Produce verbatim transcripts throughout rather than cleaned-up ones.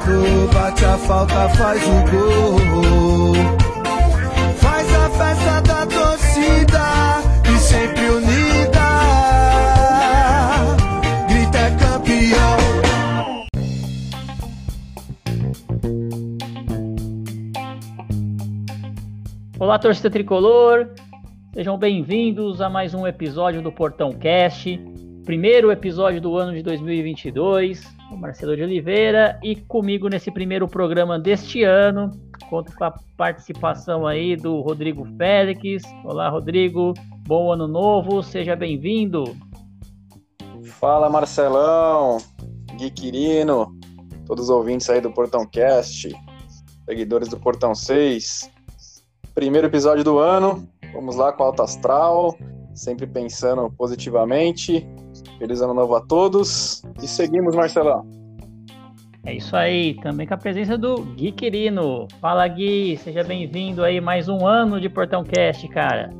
entrou, bate a falta, faz o gol. Faz a festa da torcida e sempre unida. Grita é campeão. Olá, torcida tricolor, sejam bem-vindos a mais um episódio do Portão Cast, primeiro episódio do ano de dois mil e vinte e dois, o Marcelo de Oliveira, e comigo nesse primeiro programa deste ano, conto com a participação aí do Rodrigo Félix. Olá, Rodrigo, bom ano novo, seja bem-vindo. Fala, Marcelão, Gui Quirino, todos os ouvintes aí do Portão Cast, seguidores do Portão seis. Primeiro episódio do ano, vamos lá com Alto Astral, sempre pensando positivamente. Feliz ano novo a todos e seguimos, Marcelão. É isso aí, também com a presença do Gui Quirino. Fala, Gui, seja bem-vindo aí, mais um ano de Portão Cast, cara.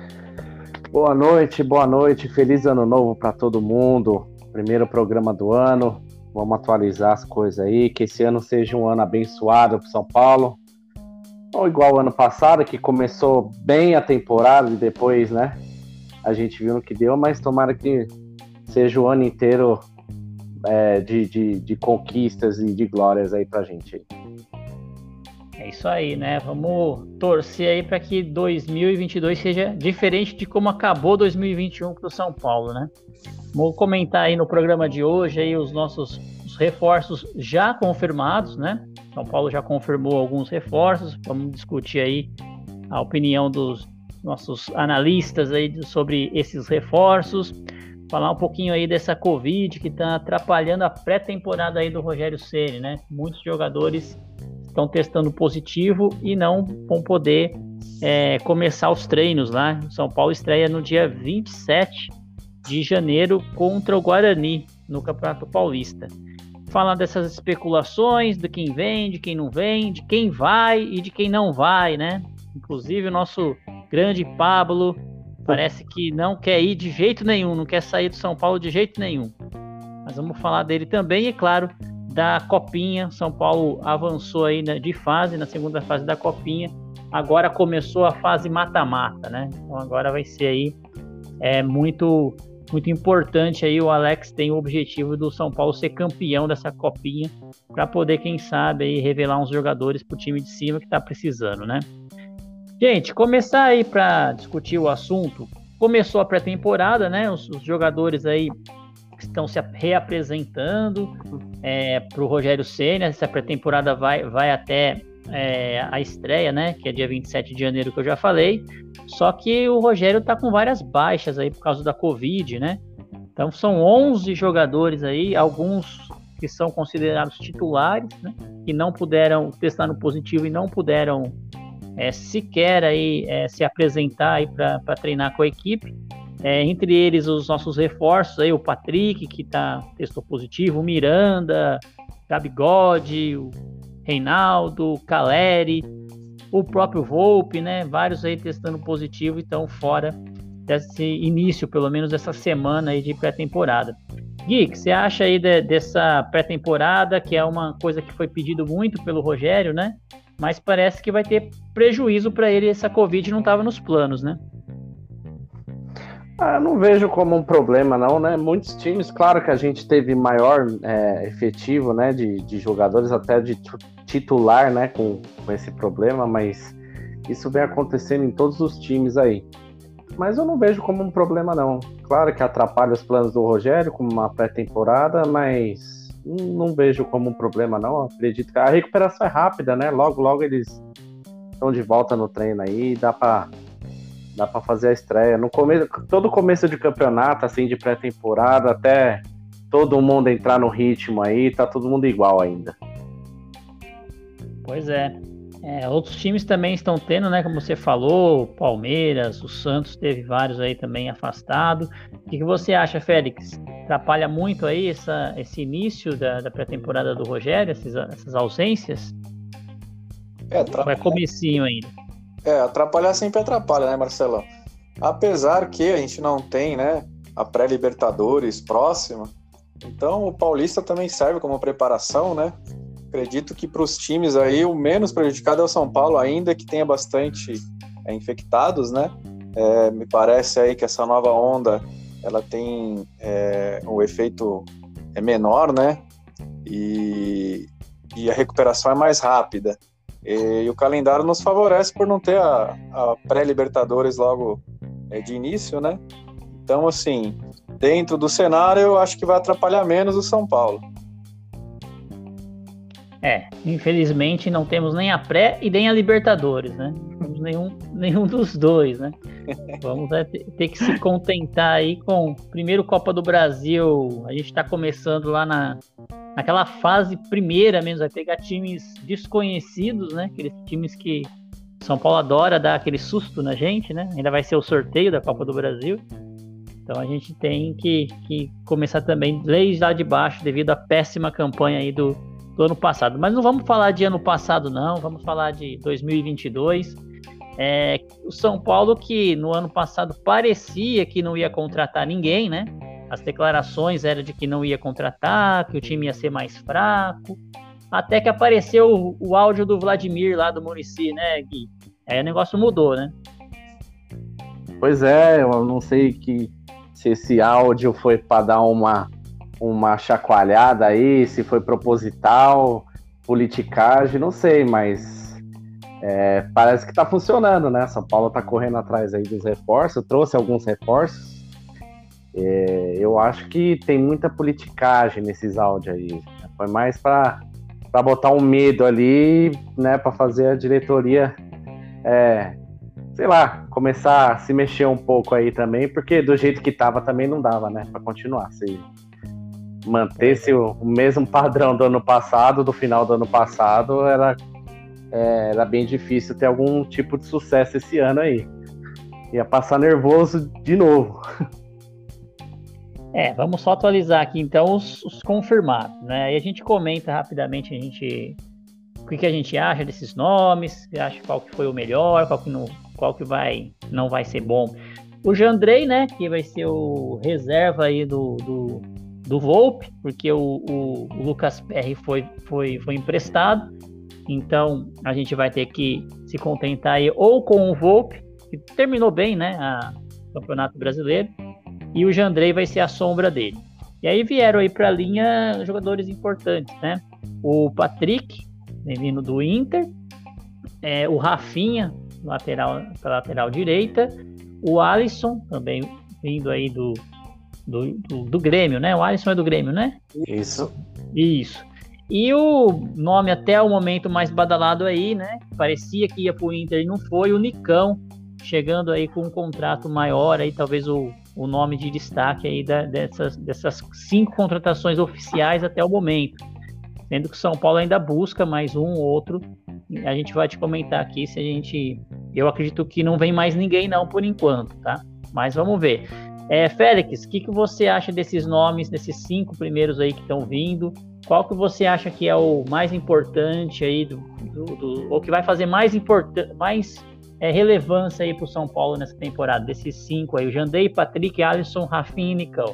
Boa noite, boa noite, feliz ano novo para todo mundo. Primeiro programa do ano, vamos atualizar as coisas aí, que esse ano seja um ano abençoado para São Paulo. Ou igual ano passado, que começou bem a temporada e depois, né, a gente viu no que deu, mas tomara que seja o ano inteiro é, de, de, de conquistas e de glórias aí pra gente. Aí. É isso aí, né? Vamos torcer aí para que dois mil e vinte e dois seja diferente de como acabou dois mil e vinte e um pro São Paulo, né? Vamos comentar aí no programa de hoje aí os nossos os reforços já confirmados, né? São Paulo já confirmou alguns reforços, vamos discutir aí a opinião dos nossos analistas aí sobre esses reforços, falar um pouquinho aí dessa Covid que está atrapalhando a pré-temporada aí do Rogério Ceni, né? Muitos jogadores estão testando positivo e não vão poder é, começar os treinos lá. O São Paulo estreia no dia vinte e sete de janeiro contra o Guarani no Campeonato Paulista. Falar dessas especulações, de quem vem, de quem não vem, de quem vai e de quem não vai, né? Inclusive o nosso grande Pablo parece que não quer ir de jeito nenhum, não quer sair do São Paulo de jeito nenhum. Mas vamos falar dele também, e claro, da Copinha. São Paulo avançou aí de fase, na segunda fase da Copinha. Agora começou a fase mata-mata, né? Então agora vai ser aí é, muito... Muito importante aí, o Alex tem o objetivo do São Paulo ser campeão dessa Copinha para poder, quem sabe, aí, revelar uns jogadores para o time de cima que está precisando, né? Gente, começar aí para discutir o assunto. Começou a pré-temporada, né? Os, os jogadores aí estão se reapresentando é, para o Rogério Ceni. Essa pré-temporada vai, vai até é, a estreia, né? Que é dia vinte e sete de janeiro, que eu já falei. Só que o Rogério tá com várias baixas aí por causa da Covid, né? Então são onze jogadores aí, alguns que são considerados titulares, né? Que não puderam testar no positivo e não puderam é, sequer aí, é, se apresentar aí para treinar com a equipe. É, entre eles os nossos reforços aí, o Patrick, que tá, testou positivo, o Miranda, Gabigode, o Reinaldo, o Caleri, o próprio Volpe, né? Vários aí testando positivo e estão fora desse início, pelo menos dessa semana aí de pré-temporada. Gui, o que você acha aí de, dessa pré-temporada, que é uma coisa que foi pedido muito pelo Rogério, né? Mas parece que vai ter prejuízo para ele, essa Covid não estava nos planos, né? Ah, não vejo como um problema não, né? Muitos times, claro que a gente teve maior é, efetivo, né, de, de jogadores até de titular, né, com, com esse problema, mas isso vem acontecendo em todos os times aí. Mas eu não vejo como um problema não. Claro que atrapalha os planos do Rogério como uma pré-temporada, mas não vejo como um problema não. Acredito que a recuperação é rápida, né? Logo, logo eles estão de volta no treino aí, dá para dá para fazer a estreia. No começo, todo começo de campeonato, assim, de pré-temporada, até todo mundo entrar no ritmo aí, tá todo mundo igual ainda. Pois é. é. Outros times também estão tendo, né? Como você falou, o Palmeiras, o Santos teve vários aí também afastados. O que, que você acha, Félix? Atrapalha muito aí essa, esse início da, da pré-temporada do Rogério, essas, essas ausências? É, atrapalha... Vai comecinho ainda. É, atrapalhar sempre atrapalha, né, Marcelão? Apesar que a gente não tem, né, a pré-Libertadores próxima, então o Paulista também serve como preparação, né? Acredito que para os times aí o menos prejudicado é o São Paulo, ainda que tenha bastante é, infectados, né? É, me parece aí que essa nova onda ela tem é, um efeito é menor, né? E, e a recuperação é mais rápida. E, e o calendário nos favorece por não ter a, a pré-Libertadores logo é, de início, né? Então, assim, dentro do cenário, eu acho que vai atrapalhar menos o São Paulo. É, infelizmente não temos nem a pré e nem a Libertadores, né? Não temos nenhum, nenhum dos dois, né? Vamos né, ter que se contentar aí com primeiro Copa do Brasil. A gente está começando lá na, naquela fase primeira mesmo, vai pegar times desconhecidos, né? Aqueles times que São Paulo adora dar aquele susto na gente, né? Ainda vai ser o sorteio da Copa do Brasil. Então a gente tem que, que começar também desde lá de baixo, devido à péssima campanha aí do do ano passado, mas não vamos falar de ano passado não, vamos falar de dois mil e vinte e dois. É, o São Paulo que no ano passado parecia que não ia contratar ninguém, né? As declarações eram de que não ia contratar, que o time ia ser mais fraco, até que apareceu o, o áudio do Vladimir lá do Muricy, né, Gui? Aí o negócio mudou, né? Pois é, eu não sei que, se esse áudio foi para dar uma uma chacoalhada aí, se foi proposital, politicagem, não sei, mas é, parece que tá funcionando, né? São Paulo tá correndo atrás aí dos reforços, trouxe alguns reforços. É, eu acho que tem muita politicagem nesses áudios aí. Foi mais para para botar um medo ali, né? Para fazer a diretoria, é, sei lá, começar a se mexer um pouco aí também, porque do jeito que tava também não dava, né? Para continuar, se manter-se o, o mesmo padrão do ano passado, do final do ano passado, era, é, era bem difícil ter algum tipo de sucesso esse ano aí. Ia passar nervoso de novo. É, vamos só atualizar aqui então os, os confirmados, né? Aí a gente comenta rapidamente a gente, o que, que a gente acha desses nomes, acha qual que foi o melhor, qual que, não, qual que vai, não vai ser bom. O Jandrei, né, que vai ser o reserva aí do... do do Volpi, porque o, o, o Lucas Perry foi, foi, foi emprestado, então a gente vai ter que se contentar aí ou com o Volpi, que terminou bem, né, a, o Campeonato Brasileiro, e o Jandrei vai ser a sombra dele. E aí vieram aí para a linha jogadores importantes, né, o Patrick, vindo do Inter, é, o Rafinha, lateral, lateral direita, o Alisson, também vindo aí do Do, do, do Grêmio, né? O Alisson é do Grêmio, né? Isso. Isso. E o nome até o momento mais badalado aí, né? Parecia que ia pro Inter e não foi, o Nicão, chegando aí com um contrato maior aí, talvez o, o nome de destaque aí da, dessas, dessas cinco contratações oficiais até o momento. Sendo que o São Paulo ainda busca mais um ou outro. A gente vai te comentar aqui se a gente... Eu acredito que não vem mais ninguém não, por enquanto, tá? Mas vamos ver. É, Félix, o que, que você acha desses nomes, desses cinco primeiros aí que estão vindo? Qual que você acha que é o mais importante aí, do, do, do, ou que vai fazer mais, importan- mais é, relevância aí para o São Paulo nessa temporada? Desses cinco aí, o Jandrei, Patrick, Alisson, Rafinha e Nicão.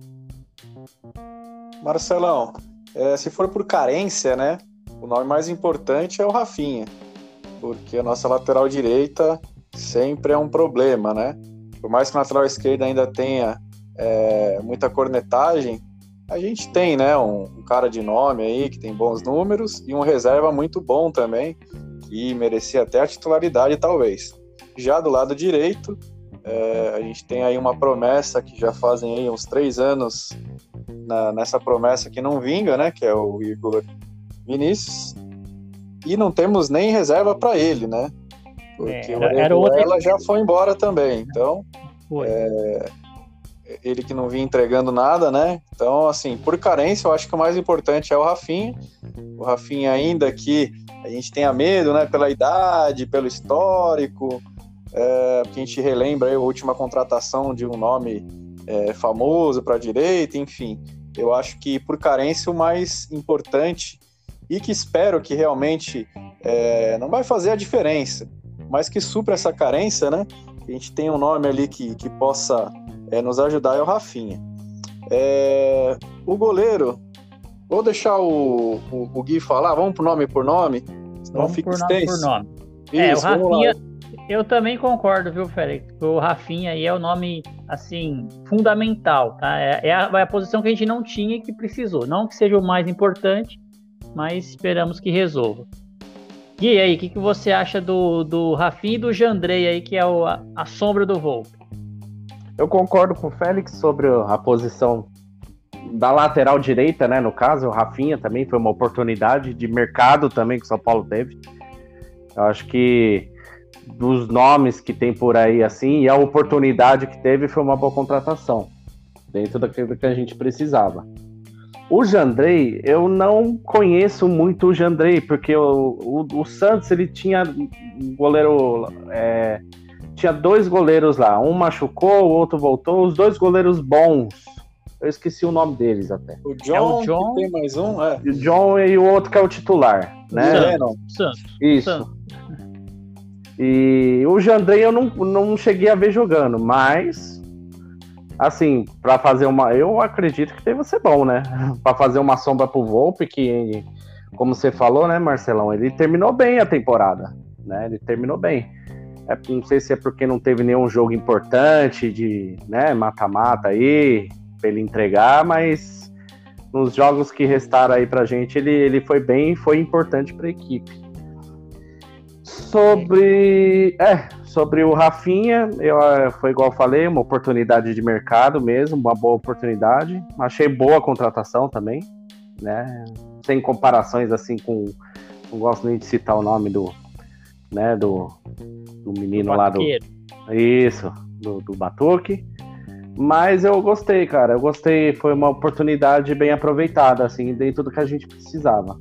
Marcelão, é, se for por carência, né, o nome mais importante é o Rafinha, porque a nossa lateral direita sempre é um problema, né? Por mais que na lateral esquerda ainda tenha é, muita cornetagem, a gente tem, né, um, um cara de nome aí que tem bons números e um reserva muito bom também, que merecia até a titularidade talvez. Já do lado direito, é, a gente tem aí uma promessa que já fazem aí uns três anos na, nessa promessa que não vinga, né, que é o Igor Vinícius, e não temos nem reserva para ele, né? Porque é, era, o era outra... ela já foi embora também, então é, ele que não vinha entregando nada, né? Então, assim, por carência, eu acho que o mais importante é o Rafinha. O Rafinha ainda que a gente tenha medo, né? Pela idade, pelo histórico, é, porque a gente relembra aí a última contratação de um nome é, famoso para a direita, enfim. Eu acho que por carência o mais importante e que espero que realmente é, não vai fazer a diferença, mas que supra essa carência, né? Que a gente tem um nome ali que, que possa é, nos ajudar, é o Rafinha. É, o goleiro, Vou deixar o, o, o Gui falar, vamos por nome por nome? Senão vamos fica por nome por nome. Isso, é, o Rafinha, eu também concordo, viu, Félix? O Rafinha aí é o nome, assim, fundamental, tá? É, é, a, é a posição que a gente não tinha e que precisou. Não que seja o mais importante, mas esperamos que resolva. Gui, aí, o que, que você acha do, do Rafinha e do Jandrei aí, que é o, a, a sombra do Volpi? Eu concordo com o Félix sobre a posição da lateral direita, né? No caso, o Rafinha também foi uma oportunidade de mercado também que o São Paulo teve. Eu acho que dos nomes que tem por aí, assim, e a oportunidade que teve foi uma boa contratação, dentro daquilo que a gente precisava. O Jandrei, eu não conheço muito o Jandrei, porque o, o, o Santos, ele tinha um goleiro... É, tinha dois goleiros lá, um machucou, o outro voltou, os dois goleiros bons. Eu esqueci o nome deles até. O John, é o John tem mais um, é. O John e o outro que é o titular, né? Santos. Isso. Santos. E o Jandrei eu não, não cheguei a ver jogando, mas assim, para fazer uma, eu acredito que deve ser bom, né? Para fazer uma sombra pro Volpi, que como você falou, né, Marcelão, ele terminou bem a temporada, né? Ele terminou bem. É, não sei se é porque não teve nenhum jogo importante de, né, mata-mata aí para ele entregar, mas nos jogos que restaram aí pra gente, ele, ele foi bem e foi importante para a equipe. Sobre, é, sobre o Rafinha, eu, foi igual eu falei, uma oportunidade de mercado mesmo, uma boa oportunidade. Achei boa a contratação também, né? Sem comparações assim com, não gosto nem de citar o nome do, né, do, do menino do lá do, isso, do, do Batuque. Mas eu gostei, cara, eu gostei, foi uma oportunidade bem aproveitada, assim, dentro do que a gente precisava.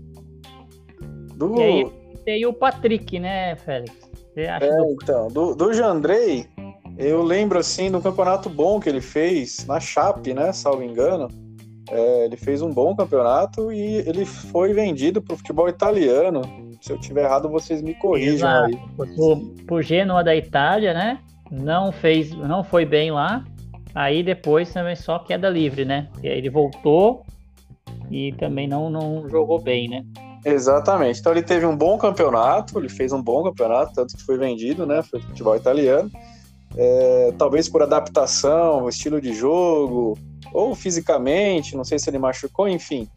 Do... E aí, tem o Patrick, né, Félix? Você acha é, do... então, do, do Jandrei, eu lembro, assim, do campeonato bom que ele fez na Chape, né, salvo engano. É, ele fez um bom campeonato e ele foi vendido para o futebol italiano. Se eu tiver errado, vocês me corrijam. Exato. Aí. Por, por Genoa da Itália, né? Não fez, não foi bem lá. Aí depois também só queda livre, né? E aí ele voltou e também não, não jogou bem, né? Exatamente. Então ele teve um bom campeonato, ele fez um bom campeonato, tanto que foi vendido, né? Foi futebol italiano. É, talvez por adaptação, estilo de jogo, ou fisicamente, não sei se ele machucou, enfim.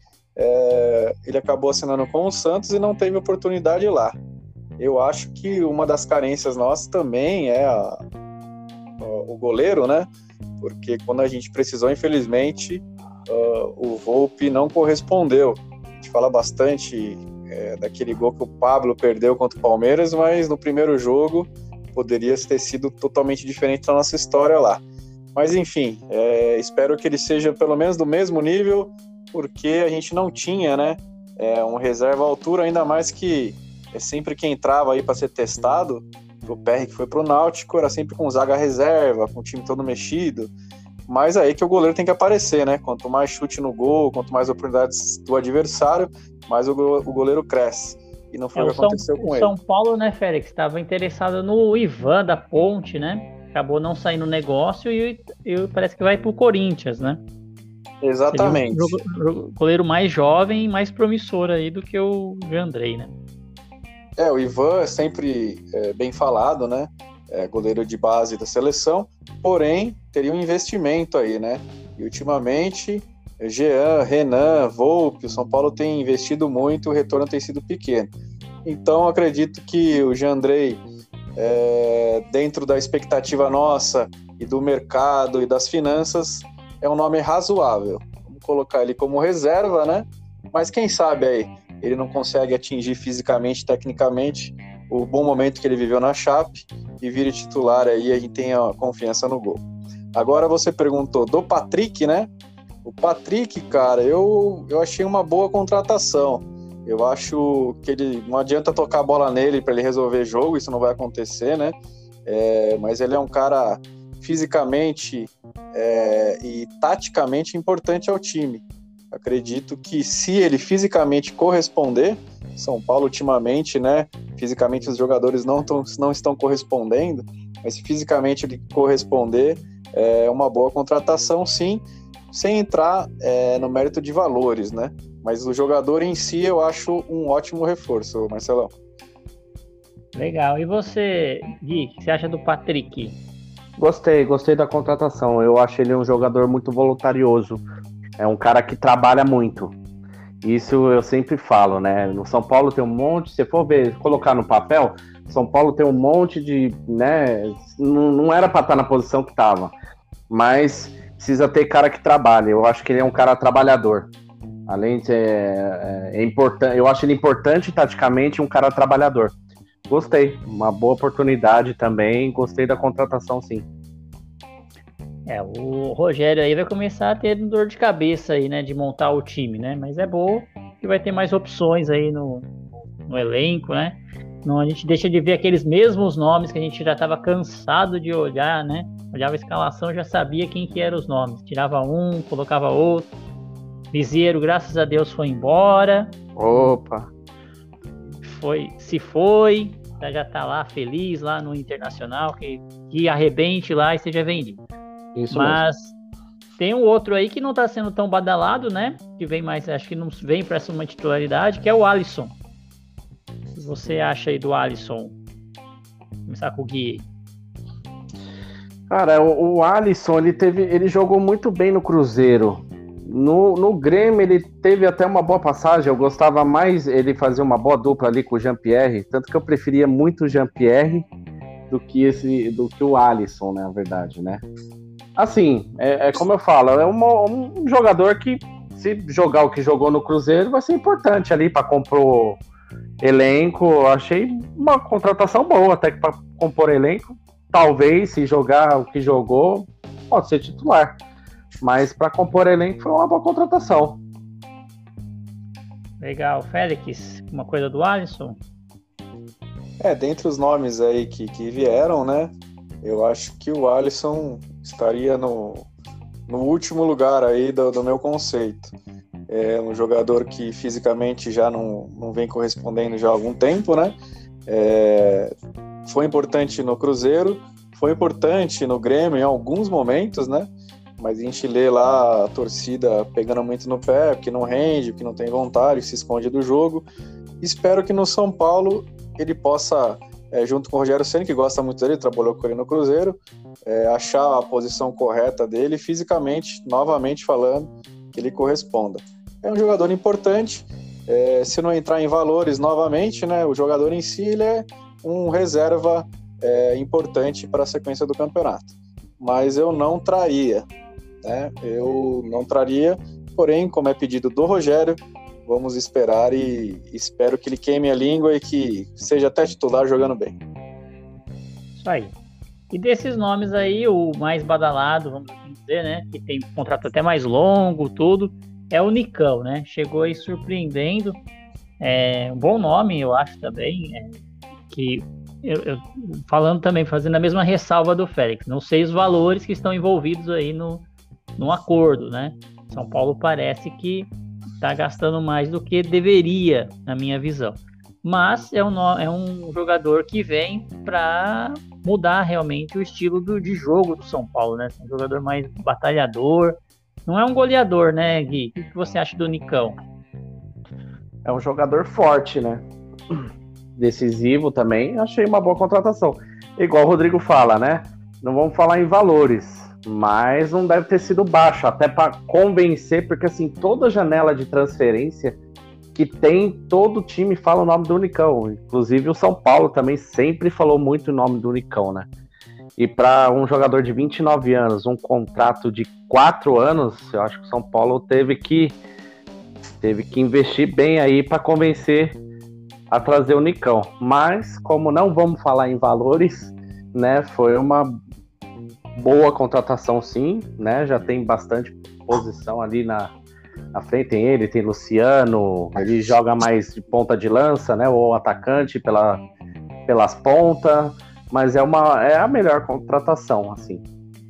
É, ele acabou assinando com o Santos e não teve oportunidade lá. Eu acho que uma das carências nossas também é a, a, o goleiro, né? Porque quando a gente precisou, infelizmente, uh, o Volpi não correspondeu. A gente fala bastante é, daquele gol que o Pablo perdeu contra o Palmeiras, mas no primeiro jogo poderia ter sido totalmente diferente da nossa história lá. Mas enfim, é, espero que ele seja pelo menos do mesmo nível, porque a gente não tinha, né, é, um reserva à altura, ainda mais que é sempre que entrava aí para ser testado, o P R que foi pro Náutico, era sempre com zaga reserva, com o time todo mexido. Mas aí que o goleiro tem que aparecer, né? Quanto mais chute no gol, quanto mais oportunidades do adversário, mais o, go- o goleiro cresce. E não foi é, o que aconteceu São, com o ele. São Paulo, né, Félix, estava interessado no Ivan da Ponte, né? Acabou não saindo o negócio e, e parece que vai pro Corinthians, né? Exatamente. Um o goleiro mais jovem e mais promissor aí do que o Jandrei, né? É, o Ivan é sempre é, bem falado, né? É, goleiro de base da seleção, porém teria um investimento aí, né? E ultimamente, Jean, Renan, Volpi, o São Paulo tem investido muito, o retorno tem sido pequeno. Então acredito que o Jandrei, é, dentro da expectativa nossa e do mercado e das finanças, é um nome razoável. Vamos colocar ele como reserva, né? Mas quem sabe aí ele não consegue atingir fisicamente, tecnicamente, o bom momento que ele viveu na Chape e vire titular aí e a gente tenha confiança no gol. Agora você perguntou do Patrick, né? O Patrick, cara, eu, eu achei uma boa contratação. Eu acho que ele não adianta tocar a bola nele para ele resolver jogo, isso não vai acontecer, né? É, mas ele é um cara fisicamente é, e taticamente importante ao time. Acredito que se ele fisicamente corresponder, São Paulo ultimamente, né, fisicamente os jogadores não, tão, não estão correspondendo, mas se fisicamente ele corresponder, é uma boa contratação, sim, sem entrar é, no mérito de valores, né? Mas o jogador em si eu acho um ótimo reforço, Marcelão. Legal. E você, Gui, o que você acha do Patrick? Gostei, gostei da contratação. Eu acho ele um jogador muito voluntarioso. É um cara que trabalha muito. Isso eu sempre falo, né? No São Paulo tem um monte, se for ver, colocar no papel, São Paulo tem um monte de, né? Não, não era para estar na posição que estava, mas precisa ter cara que trabalha. Eu acho que ele é um cara trabalhador. Além de é, é importante, eu acho ele importante taticamente, um cara trabalhador. Gostei, uma boa oportunidade também. Gostei da contratação, sim. É, o Rogério aí vai começar a ter dor de cabeça aí, né, de montar o time, né? Mas é bom que vai ter mais opções aí no, no elenco, né? Não, a gente deixa de ver aqueles mesmos nomes que a gente já estava cansado de olhar, né? Olhava a escalação, já sabia quem que eram os nomes. Tirava um, colocava outro. Lisieiro, graças a Deus, foi embora. Opa! Foi, se foi, já tá lá feliz lá no Internacional, que, que arrebente lá e seja vendido. Isso Mas mesmo. Tem um outro aí que não tá sendo tão badalado, né? Que vem mais, acho que não vem para essa uma titularidade, que é o Alisson. O que você acha aí do Alisson? Vou começar com o Gui. Cara, o, o Alisson, ele, teve, ele jogou muito bem no Cruzeiro. No, no Grêmio ele teve até uma boa passagem, eu gostava mais ele fazer uma boa dupla ali com o Jean-Pierre, tanto que eu preferia muito o Jean-Pierre do que, esse, do que o Alisson, né, na verdade, né. Assim, é, é como eu falo, é uma, um jogador que, se jogar o que jogou no Cruzeiro, vai ser importante ali para compor elenco. Eu achei uma contratação boa até que para compor elenco. Talvez, se jogar o que jogou, pode ser titular. Mas para compor elenco foi uma boa contratação. Legal. Félix, uma coisa do Alisson? É, dentre os nomes aí que, que vieram, né? Eu acho que o Alisson estaria no, no último lugar aí do, do meu conceito. É um jogador que fisicamente já não, não vem correspondendo já há algum tempo, né? É, foi importante no Cruzeiro, foi importante no Grêmio em alguns momentos, né? Mas a gente lê lá a torcida pegando muito no pé, porque não rende, porque não tem vontade, que se esconde do jogo. Espero que no São Paulo ele possa, é, junto com o Rogério Ceni, que gosta muito dele, trabalhou com ele no Cruzeiro, é, achar a posição correta dele, fisicamente, novamente falando, que ele corresponda. É um jogador importante, é, se não entrar em valores novamente, né, o jogador em si ele é um reserva é, importante para a sequência do campeonato. Mas eu não traria, né? Eu não traria, porém, como é pedido do Rogério, vamos esperar e espero que ele queime a língua e que seja até titular jogando bem. Isso aí. E desses nomes aí, o mais badalado, vamos dizer, né? Que tem um contrato até mais longo, tudo, é o Nicão, né? Chegou aí surpreendendo. É um bom nome, eu acho também. É, que eu, eu, falando também, fazendo a mesma ressalva do Félix, não sei os valores que estão envolvidos aí no, no acordo, né? São Paulo parece que está gastando mais do que deveria, na minha visão. Mas é um, é um jogador que vem para mudar realmente o estilo do, de jogo do São Paulo, né? Um jogador mais batalhador. Não é um goleador, né, Gui? O que você acha do Nicão? É um jogador forte, né? Decisivo também. Achei uma boa contratação. Igual o Rodrigo fala, né? Não vamos falar em valores, mas não deve ter sido baixo, até para convencer, porque assim, toda janela de transferência que tem, todo time fala o nome do Nicão, inclusive o São Paulo também sempre falou muito o nome do Nicão, né? E para um jogador de vinte e nove anos, um contrato de quatro anos, eu acho que o São Paulo teve que teve que investir bem aí para convencer a trazer o Nicão. Mas como não vamos falar em valores, né, foi uma boa contratação, sim, né? Já tem bastante posição ali na, na frente. Tem ele, tem Luciano, ele joga mais de ponta de lança, né? Ou atacante pela, pelas pontas, mas é, uma, é a melhor contratação, assim.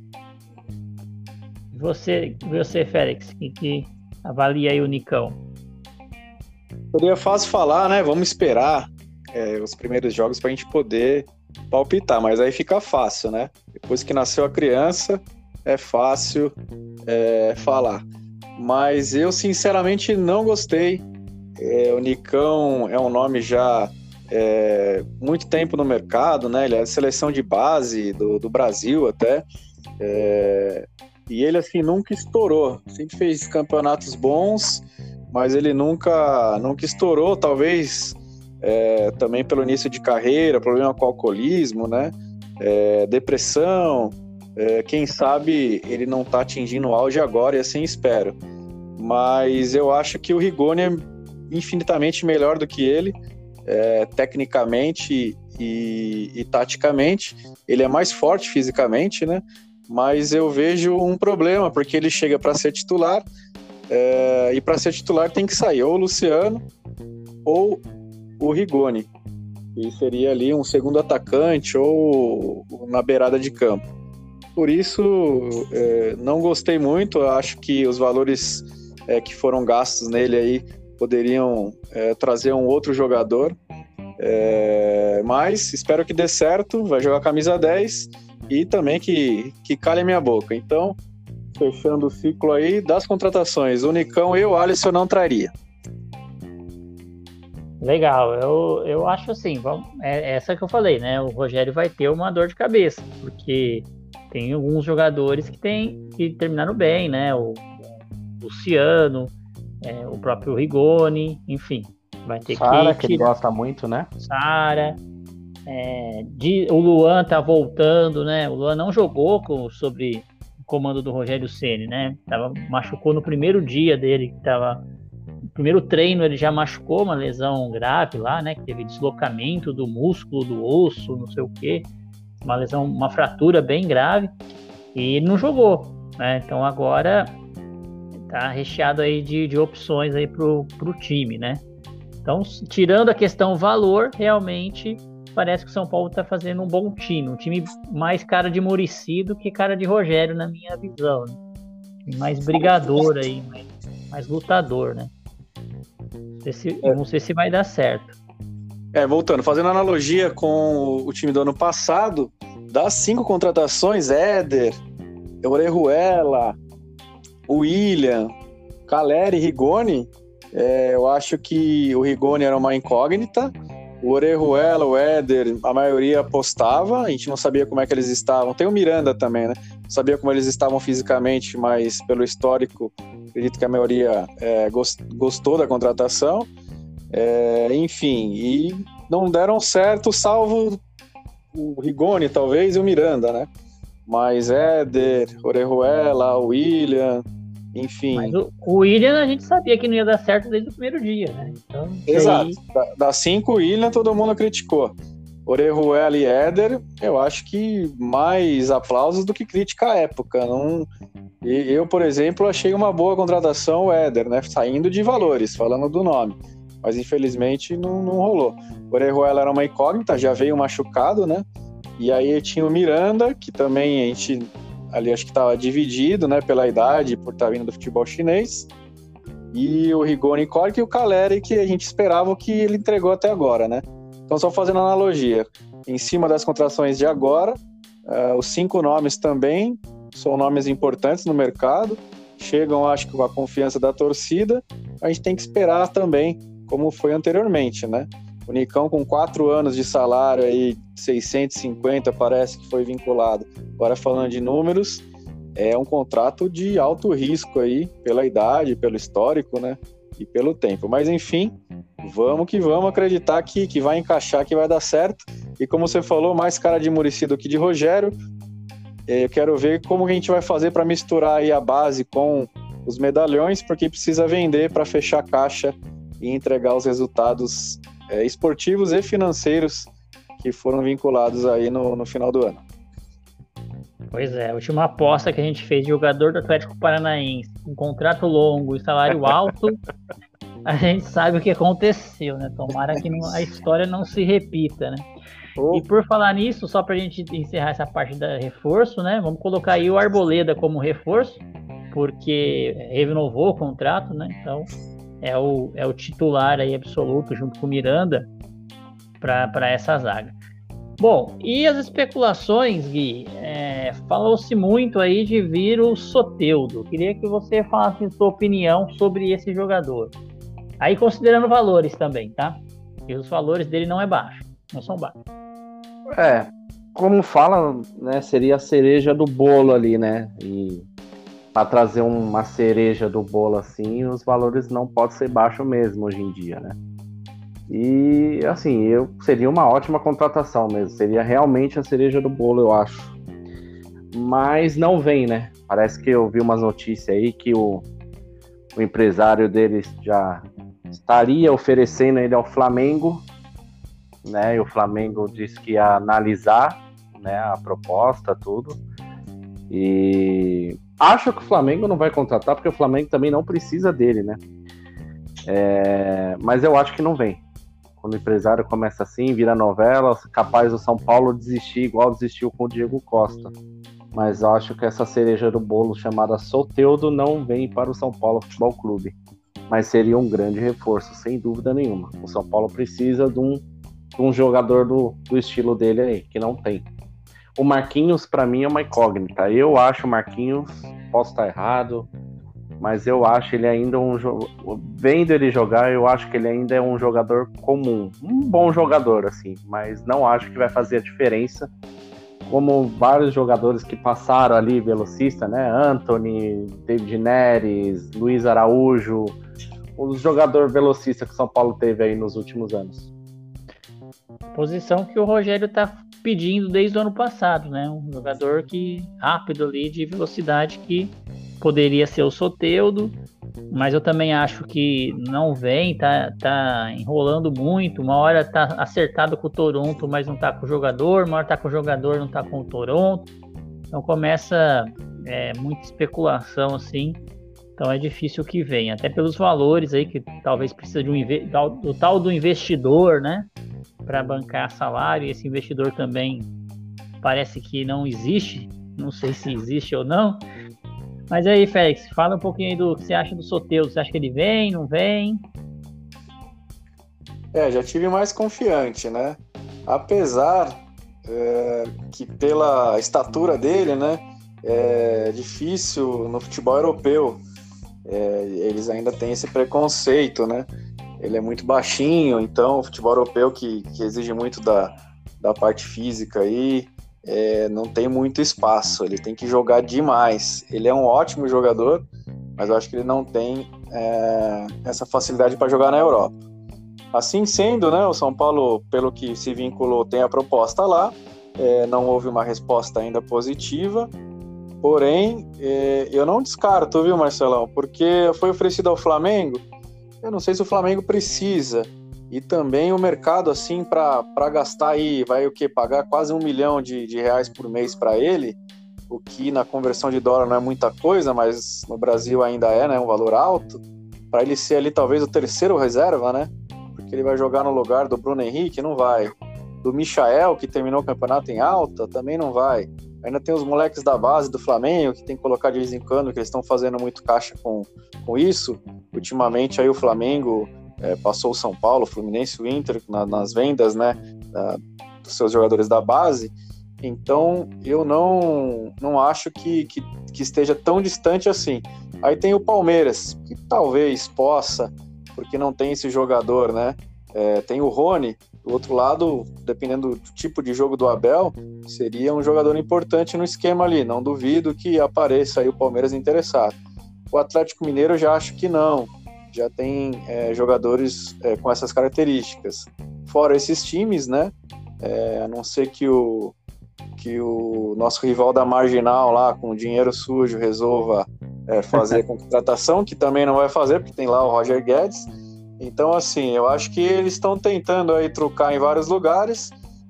Você, você Félix, que, que avalia aí o Nicão? Seria fácil falar, né? Vamos esperar é, os primeiros jogos para a gente poder palpitar, mas aí fica fácil, né? Depois que nasceu a criança, é fácil é, falar. mas eu sinceramente não gostei. É, o Nicão é um nome já é, muito tempo no mercado, né? Ele é seleção de base do, do Brasil até, é, e ele assim nunca estourou, sempre fez campeonatos bons, mas ele nunca, nunca estourou, talvez é, também pelo início de carreira, problema com alcoolismo, né? É, depressão, é, quem sabe ele não está atingindo o auge agora, e assim espero. Mas eu acho que o Rigoni é infinitamente melhor do que ele, é, tecnicamente e, e taticamente. Ele é mais forte fisicamente, né? Mas eu vejo um problema, porque ele chega para ser titular, é, e para ser titular tem que sair ou o Luciano ou o Rigoni, e seria ali um segundo atacante ou na beirada de campo. Por isso, é, não gostei muito. Acho que os valores é, que foram gastos nele aí poderiam é, trazer um outro jogador, é, mas espero que dê certo. Vai jogar camisa dez e também que, que calhe a minha boca. Então, fechando o ciclo aí das contratações, o Nicão e o Alisson eu não traria. Legal, eu, eu acho assim, vamos, é essa que eu falei, né? O Rogério vai ter uma dor de cabeça, porque tem alguns jogadores que, tem, que terminaram bem, né? O, o Luciano, é, o próprio Rigoni, enfim, vai ter Sara, que... que ele gosta muito, né? Sara, é, de, o Luan tá voltando, né? O Luan não jogou com, sobre o comando do Rogério Ceni, né? Tava, machucou no primeiro dia dele, que tava... No primeiro treino ele já machucou uma lesão grave lá, né? Que teve deslocamento do músculo, do osso, não sei o quê. Uma lesão, uma fratura bem grave. E ele não jogou, né? Então agora tá recheado aí de, de opções aí pro, pro time, né? Então, tirando a questão valor, realmente parece que o São Paulo tá fazendo um bom time. Um time mais cara de Muricy do que cara de Rogério, na minha visão, né? Mais brigador aí, mais, mais lutador, né? Não sei, se, não sei se vai dar certo. É, voltando, fazendo analogia com o time do ano passado, das cinco contratações, Éder, Orejuela, William, Caleri e Rigoni, é, eu acho que o Rigoni era uma incógnita, o Orejuela, o Éder, a maioria apostava, a gente não sabia como é que eles estavam. Tem o Miranda também, né? Não sabia como eles estavam fisicamente, mas pelo histórico, acredito que a maioria é, gostou da contratação. É, enfim, e não deram certo, salvo o Rigoni, talvez, e o Miranda, né? Mas Éder, Orejuela, William, enfim. Mas o, o William a gente sabia que não ia dar certo desde o primeiro dia, né? Então, exato. Aí... Da, das cinco, William todo mundo criticou. Orejuela e Éder, eu acho que mais aplausos do que crítica à época. Não... Eu, por exemplo, achei uma boa contratação o Éder, né? Saindo de valores, falando do nome. Mas infelizmente não, não rolou. O Orejuela era uma incógnita, já veio machucado, né? E aí tinha o Miranda, que também a gente ali acho que estava dividido, né? Pela idade, por estar vindo do futebol chinês. E o Rigoni incógnito e o Caleri, que a gente esperava o que ele entregou até agora, né? Então, só fazendo analogia, em cima das contratações de agora, uh, os cinco nomes também são nomes importantes no mercado, chegam, acho que, com a confiança da torcida. A gente tem que esperar também, como foi anteriormente, né? O Nicão, com quatro anos de salário, aí, seiscentos e cinquenta, parece que foi vinculado. Agora, falando de números, é um contrato de alto risco aí, pela idade, pelo histórico, né? E pelo tempo. Mas, enfim, vamos que vamos acreditar que, que vai encaixar, que vai dar certo. E como você falou, mais cara de Muricy do que de Rogério. Eu quero ver como a gente vai fazer para misturar aí a base com os medalhões, porque precisa vender para fechar a caixa e entregar os resultados é, esportivos e financeiros que foram vinculados aí no, no final do ano. Pois é, a última aposta que a gente fez de jogador do Atlético Paranaense, um contrato longo e salário alto, a gente sabe o que aconteceu, né? Tomara que não, a história não se repita, né? Oh. E por falar nisso, só pra gente encerrar essa parte da reforço, né? Vamos colocar aí o Arboleda como reforço, porque renovou o contrato, né? Então é o, é o titular aí absoluto junto com o Miranda para essa zaga. Bom, e as especulações, Gui, é, é, falou-se muito aí de vir o Soteldo. Queria que você falasse a sua opinião sobre esse jogador. Aí considerando valores também, tá? Porque os valores dele não é baixo, não são baixos. É, como fala, né, seria a cereja do bolo ali, né? E para trazer uma cereja do bolo assim, os valores não podem ser baixos mesmo hoje em dia, né? E assim, eu, seria uma ótima contratação mesmo, seria realmente a cereja do bolo, eu acho. Mas não vem, né? Parece que eu vi umas notícias aí que o, o empresário deles já estaria oferecendo ele ao Flamengo, né? E o Flamengo disse que ia analisar, né, a proposta, tudo. E acho que o Flamengo não vai contratar, porque o Flamengo também não precisa dele, né? É, mas eu acho que não vem. Quando o empresário começa assim, vira novela, capaz do São Paulo desistir, igual desistiu com o Diego Costa. Mas eu acho que essa cereja do bolo chamada Soteldo não vem para o São Paulo Futebol Clube. Mas seria um grande reforço, sem dúvida nenhuma. O São Paulo precisa de um, de um jogador do, do estilo dele aí, que não tem. O Marquinhos, para mim, é uma incógnita. Eu acho o Marquinhos, posso estar errado, mas eu acho ele ainda um jogador. Vendo ele jogar, eu acho que ele ainda é um jogador comum. Um bom jogador, assim, mas não acho que vai fazer a diferença. Como vários jogadores que passaram ali, velocista, né? Antony, David Neres, Luiz Araújo, os jogadores velocistas que o São Paulo teve aí nos últimos anos. Posição que o Rogério tá pedindo desde o ano passado, né? Um jogador que rápido ali, de velocidade, que poderia ser o Soteldo, mas eu também acho que não vem, tá, tá enrolando muito. Uma hora tá acertado com o Toronto, mas não tá com o jogador, uma hora tá com o jogador, não tá com o Toronto. Então começa é, muita especulação assim. Então é difícil que venha, até pelos valores aí, que talvez precisa de um inve- do tal do investidor, né? Para bancar salário, e esse investidor também parece que não existe, não sei se existe ou não. Mas aí, Félix, fala um pouquinho aí do que você acha do Soteldo. Você acha que ele vem, não vem? É, já tive mais confiante, né? Apesar é, que pela estatura dele, né, é difícil no futebol europeu. É, eles ainda têm esse preconceito, né? Ele é muito baixinho, então o futebol europeu que, que exige muito da, da parte física aí, é, não tem muito espaço, ele tem que jogar demais. Ele é um ótimo jogador, mas eu acho que ele não tem é, essa facilidade para jogar na Europa. Assim sendo, né, o São Paulo, pelo que se vinculou, tem a proposta lá, é, não houve uma resposta ainda positiva, porém, é, eu não descarto, viu, Marcelão, porque foi oferecido ao Flamengo. Eu não sei se o Flamengo precisa, e também o mercado, assim, para gastar aí, vai o quê? Pagar quase um milhão de, de reais por mês para ele, o que na conversão de dólar não é muita coisa, mas no Brasil ainda é, né, um valor alto, para ele ser ali talvez o terceiro reserva, né, porque ele vai jogar no lugar do Bruno Henrique, não vai. Do Michael, que terminou o campeonato em alta, também não vai. Ainda tem os moleques da base do Flamengo, que tem que colocar de vez em quando, que eles estão fazendo muito caixa com, com isso. Ultimamente aí o Flamengo é, passou o São Paulo, o Fluminense, o Inter na, nas vendas, né, da, dos seus jogadores da base. Então eu não, não acho que, que, que esteja tão distante assim. Aí tem o Palmeiras, que talvez possa, porque não tem esse jogador, né? É, tem o Rony. Do outro lado, dependendo do tipo de jogo do Abel, seria um jogador importante no esquema ali. Não duvido que apareça aí o Palmeiras interessado. O Atlético Mineiro eu já acho que não. Já tem é, jogadores é, com essas características. Fora esses times, né? É, a não ser que o, que o nosso rival da Marginal lá, com dinheiro sujo, resolva é, fazer a contratação, que também não vai fazer, porque tem lá o Roger Guedes. Então, assim, eu acho que eles estão tentando aí trocar em vários lugares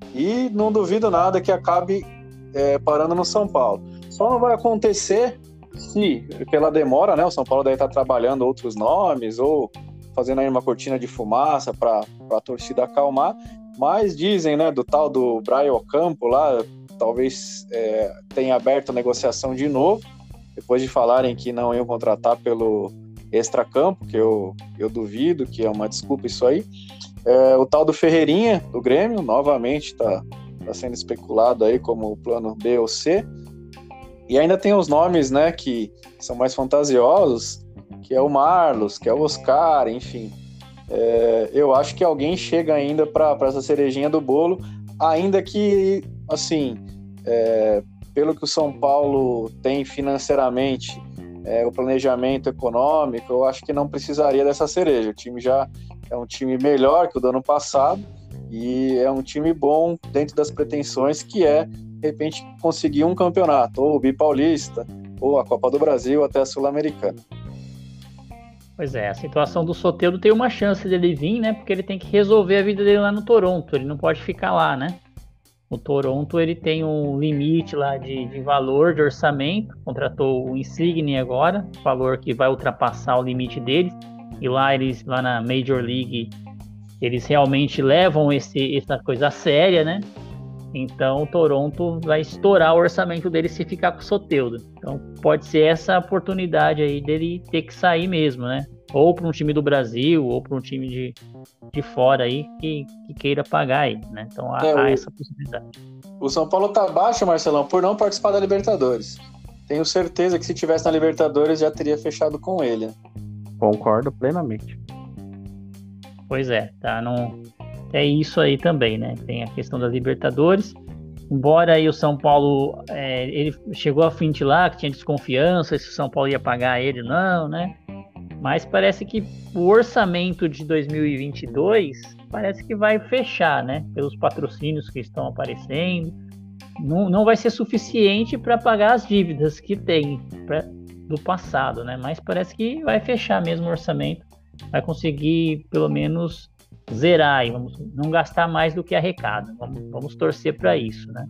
e não duvido nada que acabe é, parando no São Paulo. Só não vai acontecer se, pela demora, né, o São Paulo deve estar trabalhando outros nomes ou fazendo aí uma cortina de fumaça para a torcida acalmar, mas dizem, né, do tal do Brian Ocampo lá, talvez é, tenha aberto a negociação de novo, depois de falarem que não iam contratar pelo extracampo, que eu, eu duvido, que é uma desculpa isso aí. É, o tal do Ferreirinha, do Grêmio, novamente está tá sendo especulado aí como o plano B ou C. E ainda tem os nomes, né, que são mais fantasiosos, que é o Marlos, que é o Oscar, enfim. É, eu acho que alguém chega ainda para essa cerejinha do bolo, ainda que, assim, é, pelo que o São Paulo tem financeiramente, é, o planejamento econômico, eu acho que não precisaria dessa cereja. O time já é um time melhor que o do ano passado e é um time bom dentro das pretensões, que é, de repente, conseguir um campeonato, ou o Bipaulista, ou a Copa do Brasil, até a Sul-Americana. Pois é, a situação do Soteldo tem uma chance dele vir, né? Porque ele tem que resolver a vida dele lá no Toronto, ele não pode ficar lá, né? O Toronto, ele tem um limite lá de, de valor de orçamento, contratou o Insigne agora, valor que vai ultrapassar o limite deles, e lá eles, lá na Major League, eles realmente levam esse, essa coisa séria, né? Então o Toronto vai estourar o orçamento dele se ficar com o Soteldo. Então pode ser essa oportunidade aí dele ter que sair mesmo, né? Ou para um time do Brasil, ou para um time de, de fora aí que, que queira pagar ele, né? Então há, é, há o, essa possibilidade. O São Paulo tá baixo, Marcelão, por não participar da Libertadores. Tenho certeza que se tivesse na Libertadores já teria fechado com ele. Concordo plenamente. Pois é, tá no... é isso aí também, né? Tem a questão da Libertadores. Embora aí o São Paulo, é, ele chegou a fim lá que tinha desconfiança se o São Paulo ia pagar ele, não, né? Mas parece que o orçamento de dois mil e vinte e dois parece que vai fechar, né? Pelos patrocínios que estão aparecendo. Não, não vai ser suficiente para pagar as dívidas que tem pra, do passado, né? Mas parece que vai fechar mesmo o orçamento. Vai conseguir, pelo menos, zerar e vamos não gastar mais do que arrecada. Vamos, vamos torcer para isso, né?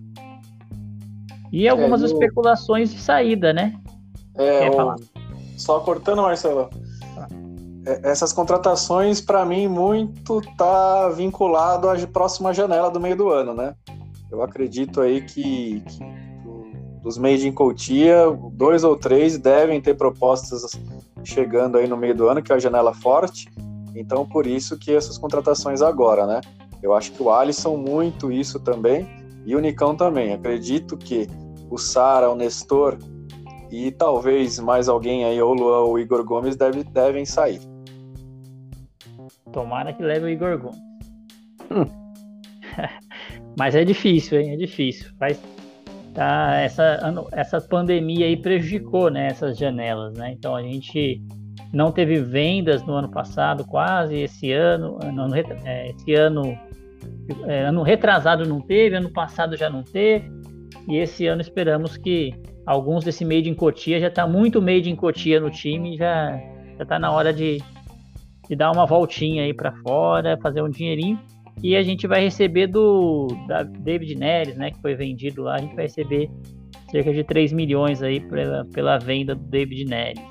E algumas é, eu... especulações de saída, né? É, Quer o... falar? Só cortando, Marcelo. Essas contratações, para mim, muito tá vinculado à próxima janela do meio do ano, né? Eu acredito aí que, que dos made in Cotia, dois ou três devem ter propostas chegando aí no meio do ano, que é a janela forte. Então, por isso que essas contratações agora, né? Eu acho que o Alisson muito isso também, e o Nicão também. Acredito que o Sara, o Nestor e talvez mais alguém aí, ou o Luan ou o Igor Gomes, deve, devem sair. Tomara que leve o Igor Gomes. Hum. Mas é difícil, hein? É difícil. Faz, tá, essa, essa pandemia aí prejudicou, né, essas janelas, né? Então a gente não teve vendas no ano passado, quase. Esse ano, ano é, esse ano, é, ano retrasado não teve, ano passado já não teve. E esse ano esperamos que alguns desse made in Cotia, já tá muito made in Cotia no time, já, já tá na hora de, de dar uma voltinha aí para fora, fazer um dinheirinho. E a gente vai receber do da David Neres, né, que foi vendido lá, a gente vai receber cerca de três milhões aí pela, pela venda do David Neres.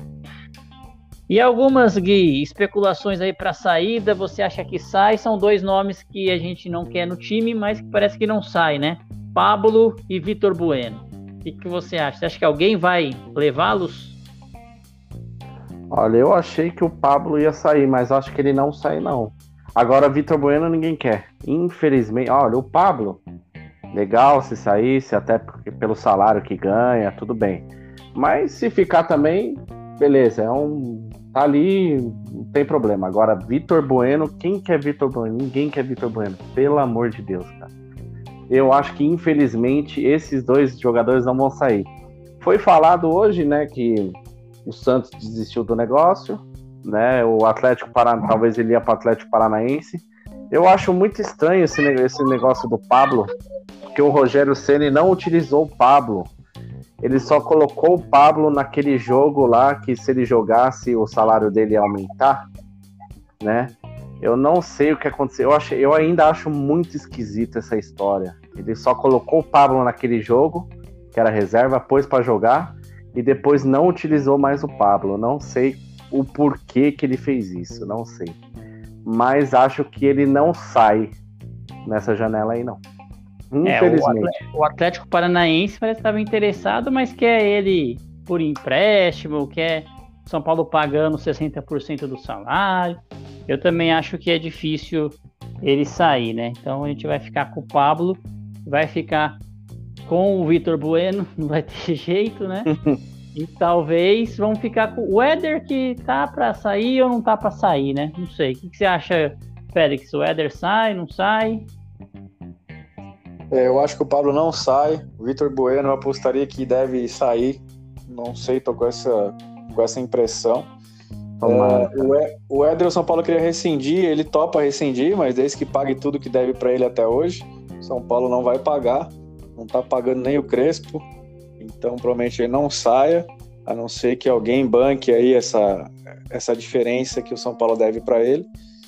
E algumas, Gui, especulações aí para saída, você acha que sai? São dois nomes que a gente não quer no time, mas que parece que não sai, né? Pablo e Vitor Bueno. O que, que você acha? Você acha que alguém vai levá-los? Olha, eu achei que o Pablo ia sair, mas acho que ele não sai, não. Agora, Vitor Bueno ninguém quer. Infelizmente, olha, o Pablo, legal se saísse, até pelo salário que ganha, tudo bem. Mas se ficar também, beleza, é um... tá ali, não tem problema. Agora, Vitor Bueno, quem quer Vitor Bueno? Ninguém quer Vitor Bueno, pelo amor de Deus, cara. Eu acho que, infelizmente, esses dois jogadores não vão sair. Foi falado hoje, né, que o Santos desistiu do negócio, né, o Atlético Paranaense, talvez ele ia para o Atlético Paranaense. Eu acho muito estranho esse, esse negócio do Pablo, porque o Rogério Ceni não utilizou o Pablo. Ele só colocou o Pablo naquele jogo lá, que se ele jogasse, o salário dele ia aumentar, né? Eu não sei o que aconteceu. Eu, acho, eu ainda acho muito esquisita essa história. Ele só colocou o Pablo naquele jogo, que era reserva, pôs para jogar, e depois não utilizou mais o Pablo. Não sei o porquê que ele fez isso, não sei. Mas acho que ele não sai nessa janela aí, não. Infelizmente. É, o Atlético Paranaense parece que estava interessado, mas quer ele por empréstimo, quer São Paulo pagando sessenta por cento do salário. Eu também acho que é difícil ele sair, né? Então a gente vai ficar com o Pablo, vai ficar com o Vitor Bueno, não vai ter jeito, né? E talvez vamos ficar com o Éder, que tá para sair ou não tá para sair, né? Não sei. O que, que você acha, Félix? O Éder sai, não sai? É, eu acho que o Pablo não sai. O Vitor Bueno eu apostaria que deve sair. Não sei, tô com essa, com essa impressão. É, o, e, o Éder, o São Paulo queria rescindir, ele topa rescindir, mas desde que pague tudo que deve para ele até hoje, São Paulo não vai pagar. Não tá pagando nem o Crespo. Então, provavelmente ele não saia, a não ser que alguém banque aí essa, essa diferença que o São Paulo deve para ele.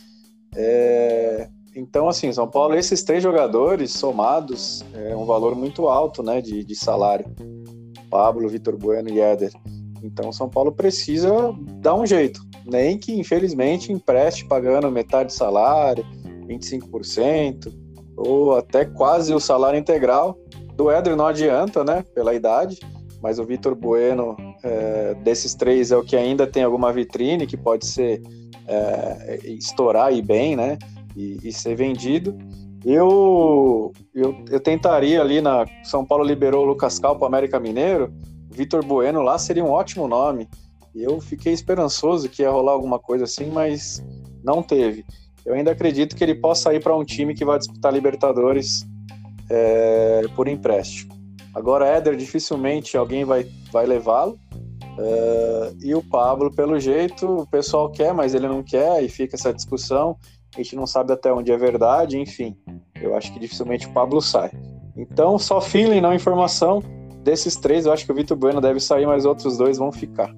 É, então, assim, São Paulo, esses três jogadores somados, é um valor muito alto, né, de, de salário. Pablo, Vitor Bueno e Éder. Então, São Paulo precisa dar um jeito. Nem que, infelizmente, empreste pagando metade do salário, vinte e cinco por cento, ou até quase o salário integral. Do Éder não adianta, né, pela idade, mas o Vitor Bueno, é, desses três, é o que ainda tem alguma vitrine, que pode ser é, estourar e bem, né, e, e ser vendido. Eu, eu, eu tentaria ali, na São Paulo liberou o Lucas Cal para o América Mineiro, Vitor Bueno lá seria um ótimo nome. Eu fiquei esperançoso que ia rolar alguma coisa assim, mas não teve. Eu ainda acredito que ele possa ir para um time que vai disputar Libertadores É, por empréstimo. Agora, Éder, dificilmente alguém vai, vai levá-lo. É, e o Pablo, pelo jeito, o pessoal quer, mas ele não quer, e fica essa discussão. A gente não sabe até onde é verdade, enfim. Eu acho que dificilmente o Pablo sai. Então, só feeling, não informação. Desses três, eu acho que o Vitor Bueno deve sair, mas outros dois vão ficar.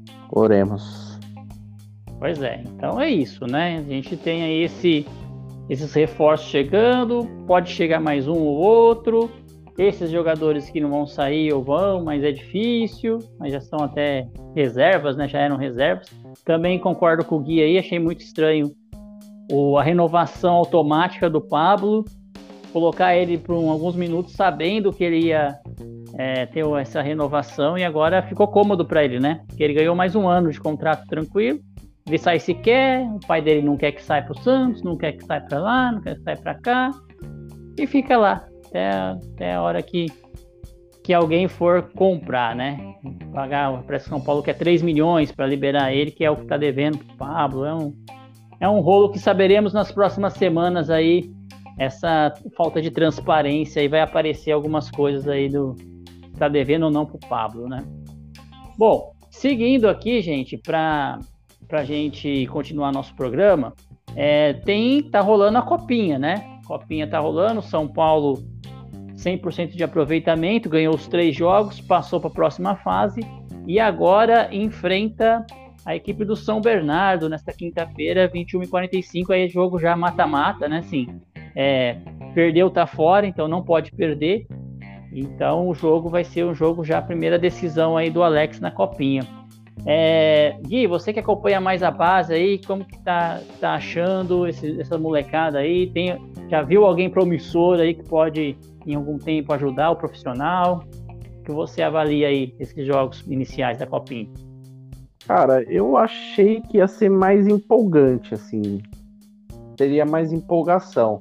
Oremos. Pois é, então é isso, né? A gente tem aí esse... esses reforços chegando, pode chegar mais um ou outro, esses jogadores que não vão sair ou vão, mas é difícil, mas já são até reservas, né? Já eram reservas. Também concordo com o Gui aí, achei muito estranho o, a renovação automática do Pablo, colocar ele por um, alguns minutos sabendo que ele ia é, ter essa renovação, e agora ficou cômodo para ele, né? Porque ele ganhou mais um ano de contrato tranquilo. Ele sai se quer, o pai dele não quer que saia para o Santos, não quer que saia para lá, não quer que saia para cá, e fica lá até, até a hora que, que alguém for comprar, né? Pagar, parece que São Paulo quer três milhões para liberar ele, que é o que está devendo para o Pablo. É um, é um rolo que saberemos nas próximas semanas aí, essa falta de transparência, e vai aparecer algumas coisas aí do que está devendo ou não para o Pablo, né? Bom, seguindo aqui, gente, para... pra gente continuar nosso programa, é, tem, tá rolando a Copinha, né? Copinha tá rolando, São Paulo cem por cento de aproveitamento, ganhou os três jogos, passou para a próxima fase e agora enfrenta a equipe do São Bernardo nesta quinta-feira, vinte e uma e quarenta e cinco, aí jogo já mata-mata, né? Assim, é, perdeu, tá fora, então não pode perder. Então o jogo vai ser um jogo já, a primeira decisão aí do Alex na Copinha. É, Gui, você que acompanha mais a base aí, como que tá, tá achando esse, essa molecada aí? Tem, já viu alguém promissor aí que pode em algum tempo ajudar o profissional? O que você avalia aí esses jogos iniciais da Copinha? Cara, eu achei que ia ser mais empolgante, assim, teria mais empolgação.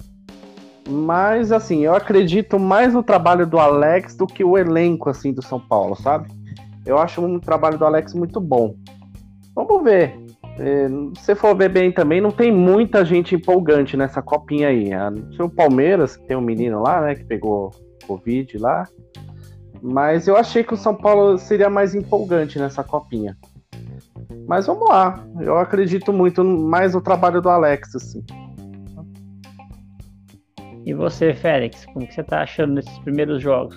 Mas, assim, eu acredito mais no trabalho do Alex do que o elenco, assim, do São Paulo, sabe? Eu acho um trabalho do Alex muito bom. Vamos ver. É, se você for ver bem também, não tem muita gente empolgante nessa Copinha aí. O Palmeiras, que tem um menino lá, né, que pegou Covid lá. Mas eu achei que o São Paulo seria mais empolgante nessa Copinha. Mas vamos lá. Eu acredito muito mais no trabalho do Alex, assim. E você, Félix, como que você tá achando nesses primeiros jogos?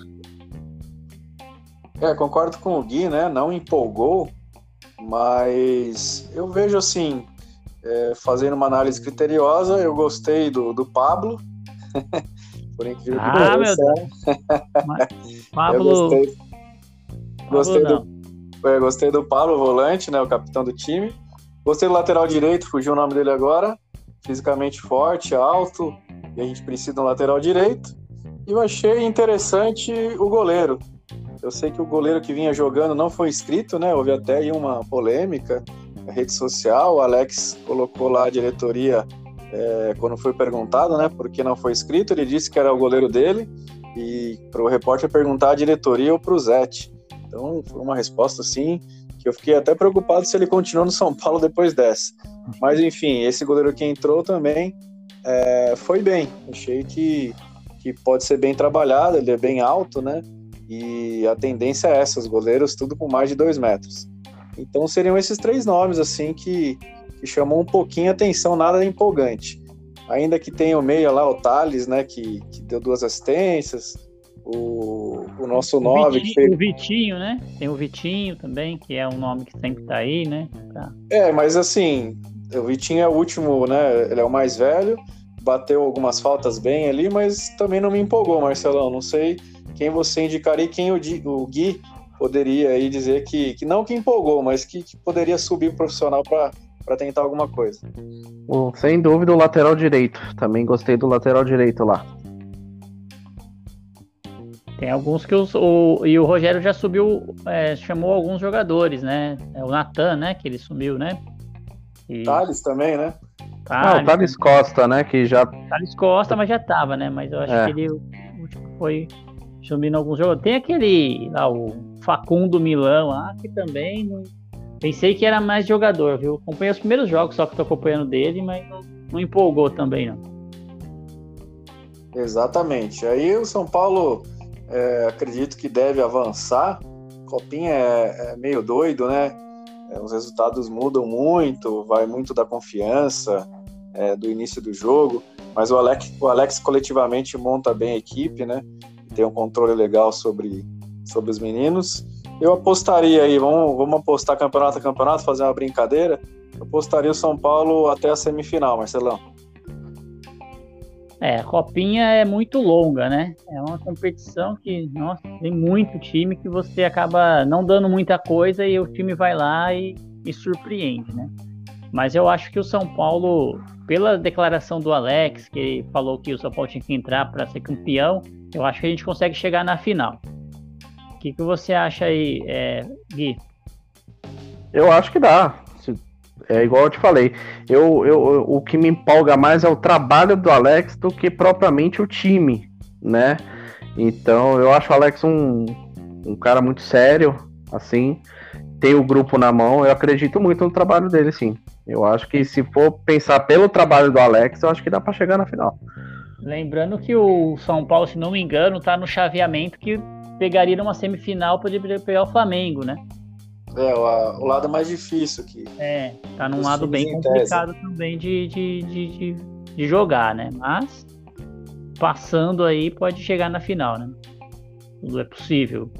É, concordo com o Gui, né? Não empolgou, mas eu vejo assim, é, fazendo uma análise criteriosa, eu gostei do, do Pablo. Por incrível ah, que pareça. Meu Deus. Pablo. Eu gostei, gostei, Pablo do, eu gostei do Pablo, volante, né? O capitão do time. Gostei do lateral direito, fugiu o nome dele agora. Fisicamente forte, alto, e a gente precisa de um lateral direito. E eu achei interessante o goleiro. Eu sei que o goleiro que vinha jogando não foi inscrito, né? Houve até aí uma polêmica na rede social. O Alex colocou lá a diretoria é, quando foi perguntado, né? Por que não foi inscrito. Ele disse que era o goleiro dele e para o repórter perguntar à diretoria ou para o Zete. Então, foi uma resposta, assim, que eu fiquei até preocupado se ele continuou no São Paulo depois dessa. Mas, enfim, esse goleiro que entrou também é, foi bem. Achei que, que pode ser bem trabalhado, ele é bem alto, né? E a tendência é essa, os goleiros tudo com mais de dois metros. Então, seriam esses três nomes, assim, que, que chamou um pouquinho a atenção, nada empolgante. Ainda que tenha o meio lá, o Thales, né, que, que deu duas assistências, o, o nosso nove... que fez... O Vitinho, né? Tem o Vitinho também, que é um nome que sempre tá aí, né? Tá. É, mas assim, o Vitinho é o último, né, ele é o mais velho, bateu algumas faltas bem ali, mas também não me empolgou, Marcelão. Não sei quem você indicaria e quem o, o Gui poderia aí dizer que, que não que empolgou, mas que, que poderia subir o profissional para para tentar alguma coisa. Oh, sem dúvida o lateral direito. Também gostei do lateral direito lá. Tem alguns que os, o, e o Rogério já subiu, é, chamou alguns jogadores, né? É o Natan, né? Que ele sumiu, né? E... Thales também, né? Thales, ah, o Thales Costa, né? Que já... Thales Costa, mas já tava, né? Mas eu acho é. que ele o último foi subindo alguns jogadores. Tem aquele lá, o Facundo Milão lá, que também não... Pensei que era mais jogador, viu? Acompanhei os primeiros jogos só que tô acompanhando dele, mas não, não empolgou também, não. Exatamente. Aí o São Paulo, é, acredito que deve avançar. Copinha é, é meio doido, né? É, os resultados mudam muito, vai muito da confiança, é, do início do jogo. Mas o Alex, o Alex coletivamente monta bem a equipe, né? Tem um controle legal sobre, sobre os meninos. Eu apostaria aí, vamos, vamos apostar campeonato a campeonato, fazer uma brincadeira. Eu apostaria o São Paulo até a semifinal, Marcelão. É, a Copinha é muito longa, né? É uma competição que, nossa, tem muito time que você acaba não dando muita coisa e o time vai lá e, e surpreende, né? Mas eu acho que o São Paulo, pela declaração do Alex, que ele falou que o São Paulo tinha que entrar para ser campeão, eu acho que a gente consegue chegar na final. O que, que você acha aí, é, Gui? Eu acho que dá. É igual eu te falei. Eu, eu, o que me empolga mais é o trabalho do Alex do que propriamente o time, né? Então eu acho o Alex um, um cara muito sério, assim. Tem o grupo na mão. Eu acredito muito no trabalho dele, sim. Eu acho que se for pensar pelo trabalho do Alex, eu acho que dá para chegar na final. Lembrando que o São Paulo, se não me engano, tá no chaveamento que pegaria numa semifinal para pegar o Flamengo, né? É, o, o lado mais difícil aqui. É, tá num lado bem complicado também de, de, de, de, de jogar, né? Mas passando aí pode chegar na final, né? Tudo é possível.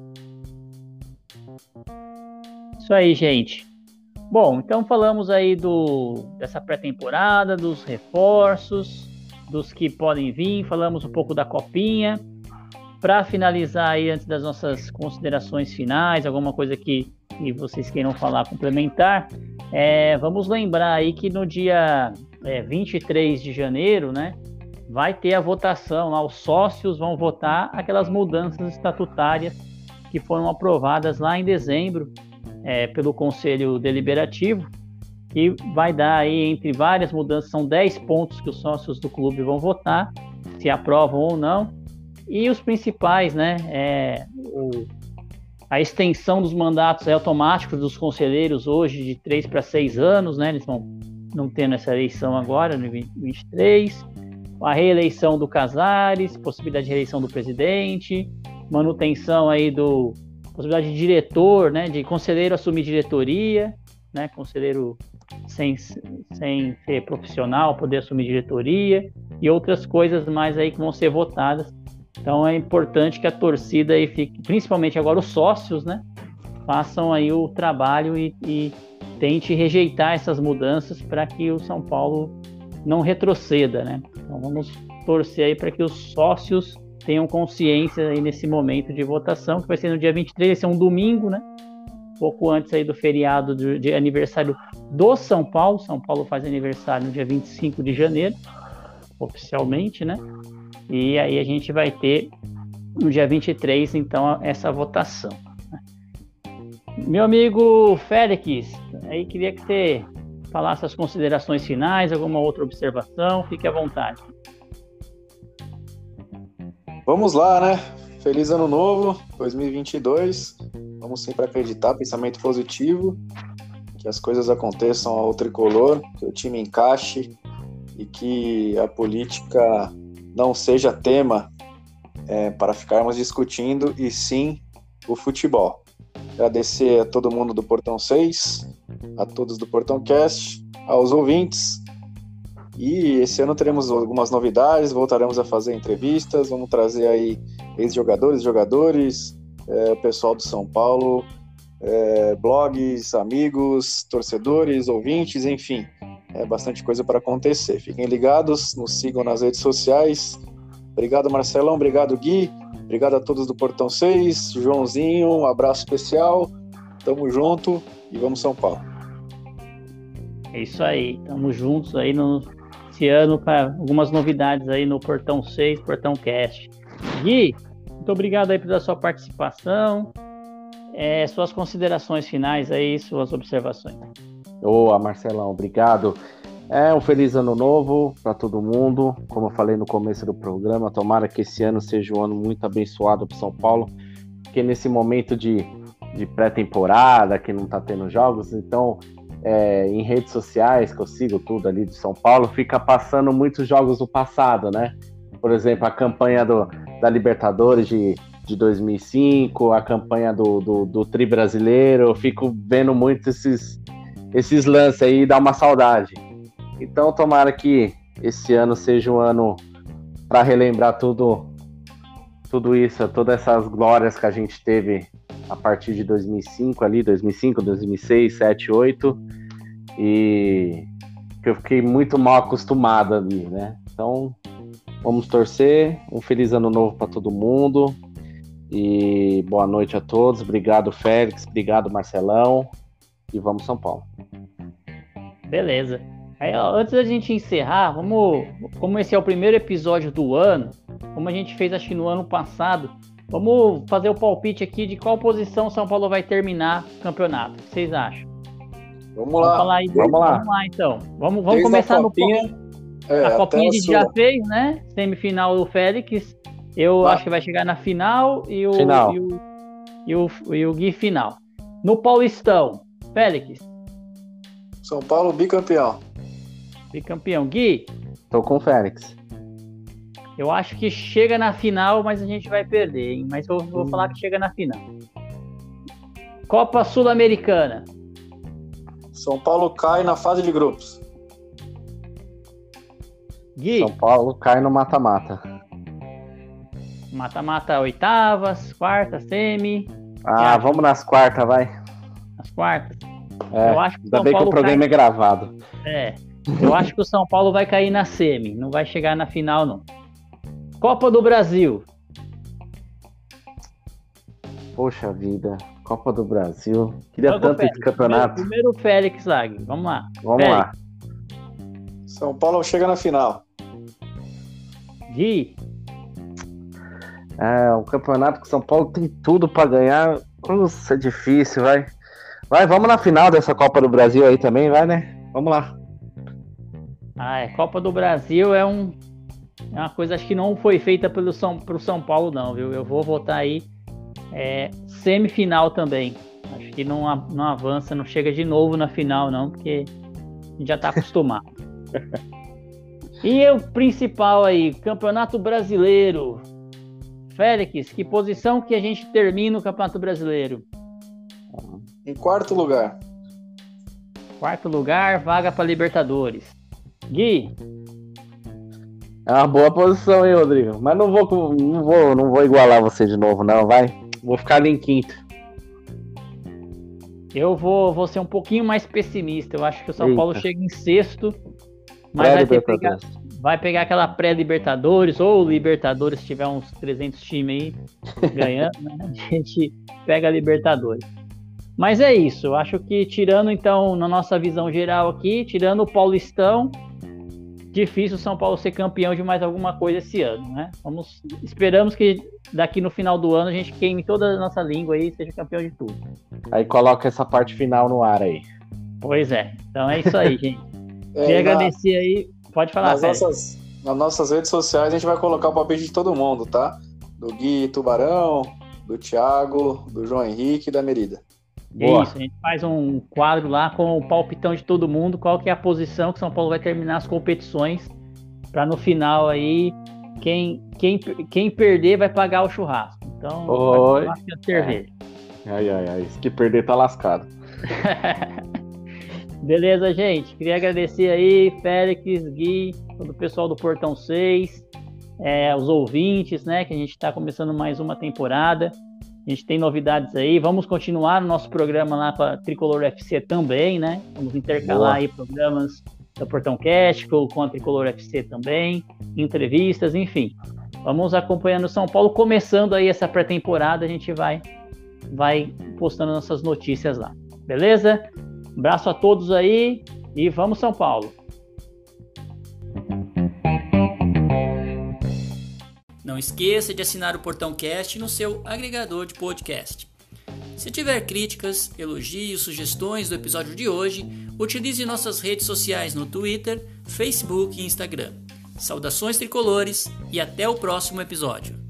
Isso aí, gente. Bom, então falamos aí do, dessa pré-temporada, dos reforços, dos que podem vir, falamos um pouco da Copinha. Para finalizar aí, antes das nossas considerações finais, alguma coisa que, que vocês queiram falar, complementar, é, vamos lembrar aí que no dia é, vinte e três de janeiro, né, vai ter a votação lá, os sócios vão votar aquelas mudanças estatutárias que foram aprovadas lá em dezembro é, pelo Conselho Deliberativo, que vai dar aí, entre várias mudanças, são dez pontos que os sócios do clube vão votar, se aprovam ou não. E os principais, né, é, o, a extensão dos mandatos automáticos dos conselheiros hoje de três para seis anos, né, eles vão não tendo essa eleição agora, no vinte e três, a reeleição do Casares, possibilidade de reeleição do presidente, manutenção aí do, possibilidade de diretor, né, de conselheiro assumir diretoria, né, conselheiro sem, sem ser profissional poder assumir diretoria, e outras coisas mais aí que vão ser votadas. Então é importante que a torcida aí fique, principalmente agora os sócios, né, façam aí o trabalho e, e tente rejeitar essas mudanças para que o São Paulo não retroceda, né? Então vamos torcer aí para que os sócios tenham consciência aí nesse momento de votação, que vai ser no dia vinte e três, vai ser um domingo, né? Pouco antes aí do feriado de, de aniversário do São Paulo. São Paulo faz aniversário no dia vinte e cinco de janeiro, oficialmente, né? E aí a gente vai ter no dia vinte e três, então, essa votação. Meu amigo Félix, aí queria que você falasse as considerações finais, alguma outra observação, fique à vontade. Vamos lá, né? feliz ano novo, dois mil e vinte e dois. Vamos sempre acreditar, pensamento positivo, que as coisas aconteçam ao tricolor, que o time encaixe e que a política não seja tema é, para ficarmos discutindo, e sim o futebol. Agradecer a todo mundo do Portão seis, a todos do Portão Cast, aos ouvintes. E esse ano teremos algumas novidades, voltaremos a fazer entrevistas, vamos trazer aí ex-jogadores, jogadores, é, o pessoal do São Paulo, é, blogs, amigos, torcedores, ouvintes, enfim, é bastante coisa para acontecer. Fiquem ligados, nos sigam nas redes sociais. Obrigado, Marcelão, obrigado, Gui, obrigado a todos do Portão seis, Joãozinho, um abraço especial, tamo junto e vamos São Paulo. É isso aí, tamo juntos aí no esse ano para algumas novidades aí no Portão seis, Portão Cast. Gui, muito obrigado aí pela sua participação, é, suas considerações finais aí, suas observações. Ô, Marcelão, obrigado. É um feliz ano novo para todo mundo. Como eu falei no começo do programa, tomara que esse ano seja um ano muito abençoado para São Paulo, porque nesse momento de, de pré-temporada, que não está tendo jogos, então é, em redes sociais, que eu sigo tudo ali de São Paulo, fica passando muitos jogos do passado, né? Por exemplo, a campanha do, da Libertadores de, de dois mil e cinco, a campanha do, do, do Tri Brasileiro, eu fico vendo muito esses, esses lances aí e dá uma saudade. Então, tomara que esse ano seja um ano para relembrar tudo, tudo isso, todas essas glórias que a gente teve a partir de dois mil e cinco, ali, dois mil e cinco, dois mil e seis, dois mil e sete, dois mil e oito, e que eu fiquei muito mal acostumado ali, né? Então, vamos torcer, um feliz ano novo para todo mundo, e boa noite a todos, obrigado Félix, obrigado Marcelão, e vamos São Paulo. Beleza. Aí, ó, antes da gente encerrar, vamos, como esse é o primeiro episódio do ano, como a gente fez acho que no ano passado, vamos fazer o palpite aqui de qual posição o São Paulo vai terminar o campeonato. O que vocês acham? Vamos lá. Vamos, falar aí, vamos lá. Vamos lá, então. Vamos, vamos começar copinha, no é, a copinha a gente sua. já fez, né? Semifinal do Félix. Eu Vai. acho que vai chegar na final e o, Final. E o, e o, e o Gui final. No Paulistão, Félix, São Paulo bicampeão. bicampeão. Gui, Tô com o Félix. eu acho que chega na final, mas a gente vai perder, hein? Mas eu vou falar que chega na final. Copa Sul-Americana. São Paulo cai na fase de grupos. Gui, São Paulo cai no mata-mata. mata-mata oitavas, quartas, semi, Ah, vamos nas quartas, vai. as quartas. É, Eu acho que o ainda São bem que Paulo o programa cai- é gravado. É, eu acho que o São Paulo vai cair na semi, não vai chegar na final, não. Copa do Brasil. Poxa vida, Copa do Brasil. Queria Vamos, tanto Félix. esse campeonato. Primeiro, primeiro o Félix lá, Gui. Vamos lá. Vamos Félix. lá. São Paulo chega na final. Gui, É, um campeonato que o São Paulo tem tudo pra ganhar. Nossa, é difícil, vai. Vai, vamos na final dessa Copa do Brasil aí também, vai, né? Vamos lá. ah, é, Copa do Brasil é um é uma coisa acho que não foi feita pelo São pro São Paulo não, viu? Eu vou votar aí é, semifinal também. Acho que não, a- não avança, não chega de novo na final não, porque a gente já tá acostumado. E o principal aí, Campeonato Brasileiro. Félix, que posição que a gente termina o Campeonato Brasileiro? Em quarto lugar. Quarto lugar, vaga para Libertadores. Gui, É uma boa posição, hein, Rodrigo? Mas não vou, com- não vou, não vou igualar você de novo, não, vai. Vou ficar ali em quinto. eu vou, vou ser um pouquinho mais pessimista. Eu acho que o São Eita. Paulo chega em sexto, mas vai, ter que pegar, Pré-Libertadores. vai pegar aquela pré-Libertadores ou Libertadores, se tiver uns trezentos times aí ganhando, né? A gente pega a Libertadores. Mas é isso, eu acho que tirando então, na nossa visão geral aqui, tirando o Paulistão, difícil o São Paulo ser campeão de mais alguma coisa esse ano, né? Vamos, esperamos que daqui no final do ano a gente queime toda a nossa língua aí e seja campeão de tudo. Aí coloca essa parte final no ar aí. Pois é, então é isso aí, gente. É, Queria na- agradecer aí, pode falar, nas, Félix. nossas, nas nossas redes sociais a gente vai colocar o palpite de todo mundo, tá? do Gui Tubarão, do Thiago, do João Henrique e da Merida. Boa. Isso, a gente faz um quadro lá com o palpitão de todo mundo, qual que é a posição que São Paulo vai terminar as competições, para no final aí, quem, quem, quem perder vai pagar o churrasco. Então, Oi. vai pagar a cerveja. É. Ai, ai, ai, se que perder tá lascado. Beleza, gente? Queria agradecer aí, Félix, Gui, todo o pessoal do Portão seis, é, os ouvintes, né, que a gente está começando mais uma temporada. A gente tem novidades aí, vamos continuar o nosso programa lá para Tricolor F C também, né? Vamos intercalar Boa. aí programas da Portão Cast com a Tricolor F C também, entrevistas, enfim. Vamos acompanhando São Paulo, começando aí essa pré-temporada, a gente vai, vai postando nossas notícias lá, beleza? Um abraço a todos aí e vamos São Paulo! Não esqueça de assinar o Portão Cast no seu agregador de podcast. Se tiver críticas, elogios, sugestões do episódio de hoje, utilize nossas redes sociais no Twitter, Facebook e Instagram. Saudações tricolores e até o próximo episódio.